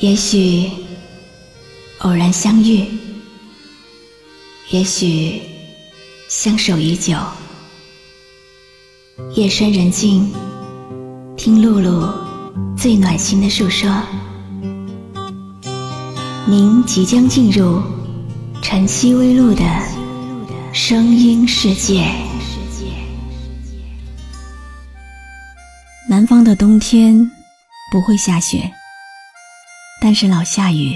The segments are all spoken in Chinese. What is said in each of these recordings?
也许偶然相遇，也许相守已久。夜深人静，听露露最暖心的诉说。您即将进入晨曦微露的声音世界。南方的冬天不会下雪，但是老下雨。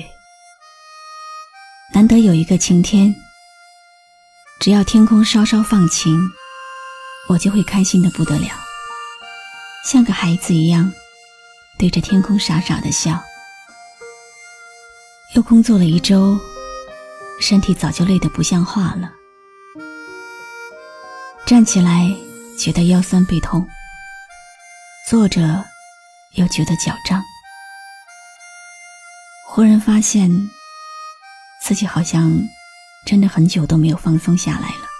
难得有一个晴天，只要天空稍稍放晴，我就会开心得不得了，像个孩子一样对着天空傻傻地笑。又工作了一周，身体早就累得不像话了，站起来觉得腰酸背痛，坐着又觉得脚胀，忽然发现自己好像真的很久都没有放松下来了。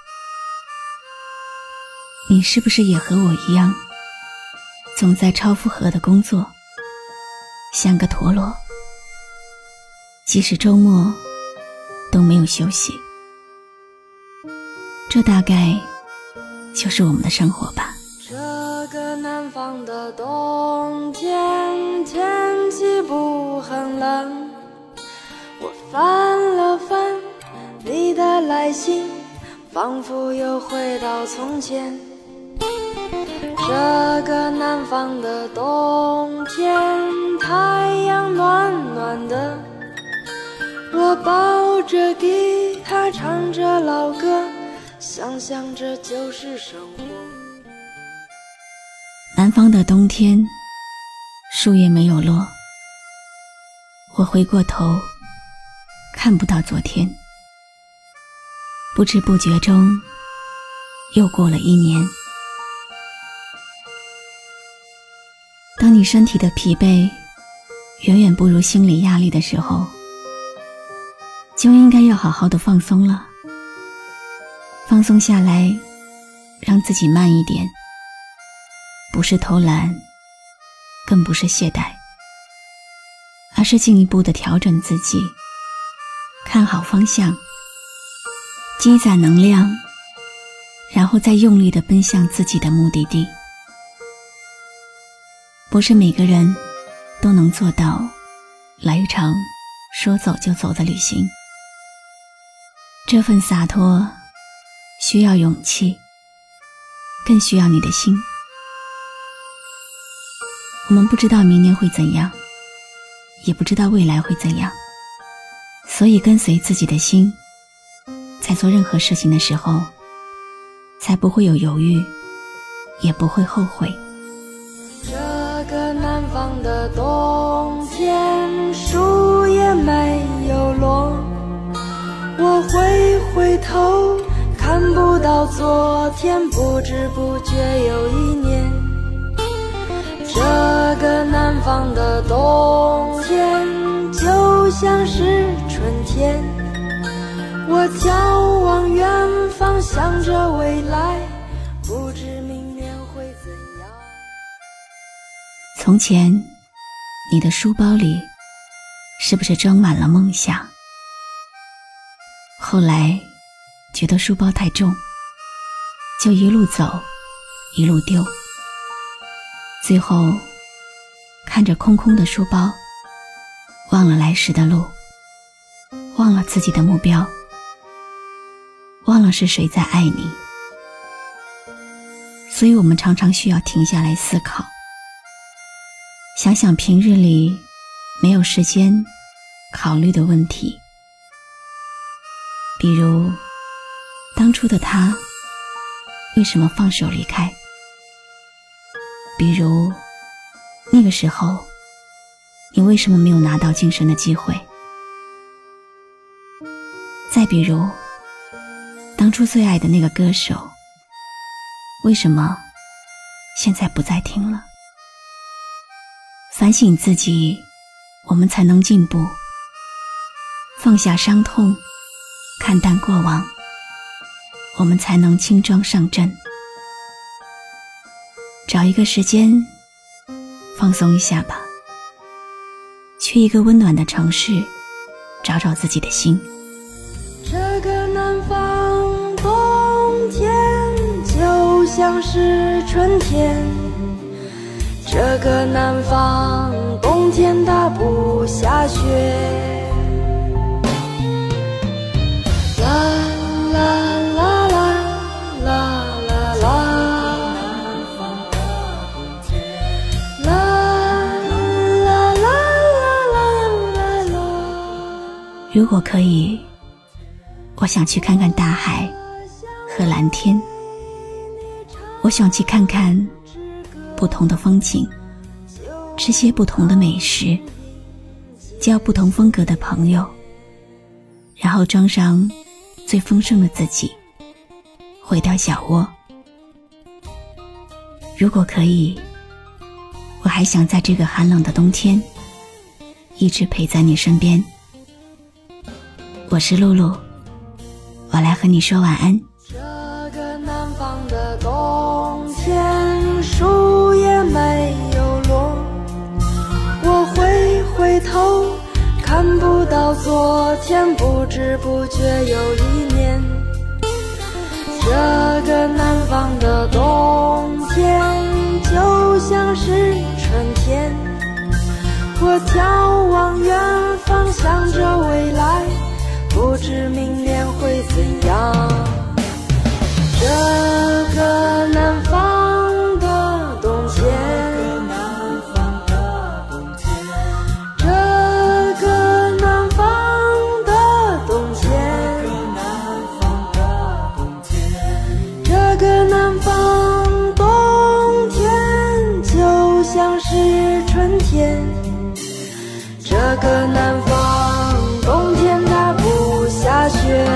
你是不是也和我一样，总在超负荷的工作，像个陀螺，即使周末都没有休息？这大概就是我们的生活吧。 这个南方的冬天，天气不很冷，我翻了翻你的来信，仿佛又回到从前。这个南方的冬天，太阳暖暖的，我抱着吉他唱着老歌，想想这就是生活。 南方的冬天，树叶没有落，我回过头看不到昨天，不知不觉中又过了一年。当你身体的疲惫远远不如心理压力的时候，就应该要好好的放松了。放松下来，让自己慢一点，不是偷懒，更不是懈怠，而是进一步的调整自己，看好方向，积攒能量，然后再用力地奔向自己的目的地。不是每个人都能做到来一场说走就走的旅行，这份洒脱需要勇气，更需要你的心。我们不知道明年会怎样，也不知道未来会怎样，所以跟随自己的心，在做任何事情的时候，才不会有犹豫，也不会后悔。 这个南方的冬天，树也没有落，我回头看不到昨天，不知不觉有一年。这个南方的冬天，就像是春天，我眺望远方，想着未来，不知明年会怎样。 从前，你的书包里是不是装满了梦想？后来觉得书包太重，就一路走，一路丢，最后看着空空的书包，忘了来时的路，忘了自己的目标，忘了是谁在爱你。所以我们常常需要停下来思考，想想平日里没有时间考虑的问题，比如当初的他为什么放手离开，比如那个时候你为什么没有拿到晋升的机会，再比如当初最爱的那个歌手为什么现在不再听了。反省自己，我们才能进步，放下伤痛，看淡过往，我们才能轻装上阵。找一个时间放松一下吧， 去一个温暖的城市找找自己的心。 这个南方冬天就像是春天，这个南方冬天它不下雪。啦啦啦啦啦啦啦，啦啦啦啦啦啦。 如果可以，我想去看看大海和蓝天，我想去看看不同的风景，吃些不同的美食，交不同风格的朋友，然后装上最丰盛的自己，回到小窝。如果可以，我还想在这个寒冷的冬天一直陪在你身边。我是露露，我来和你说晚安。 这个南方的冬天，树也没有落，我回头看不到昨天，不知不觉有一年。这个南方的冬天就像是春天，我眺望远方，想着未来，不知明年会怎样。这个南方的冬天，这个南方的冬天，这个南方冬天就像是春天，这个南方冬天它不下雪。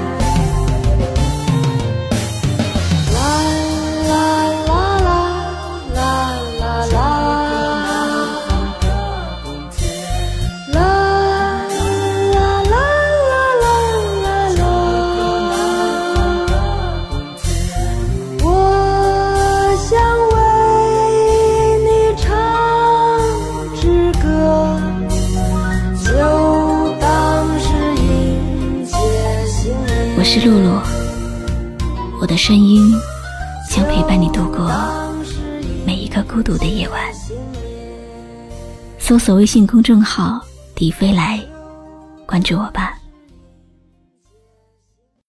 我是露露，我的声音将陪伴你度过每一个孤独的夜晚。搜索微信公众号“迪飞来”，关注我吧。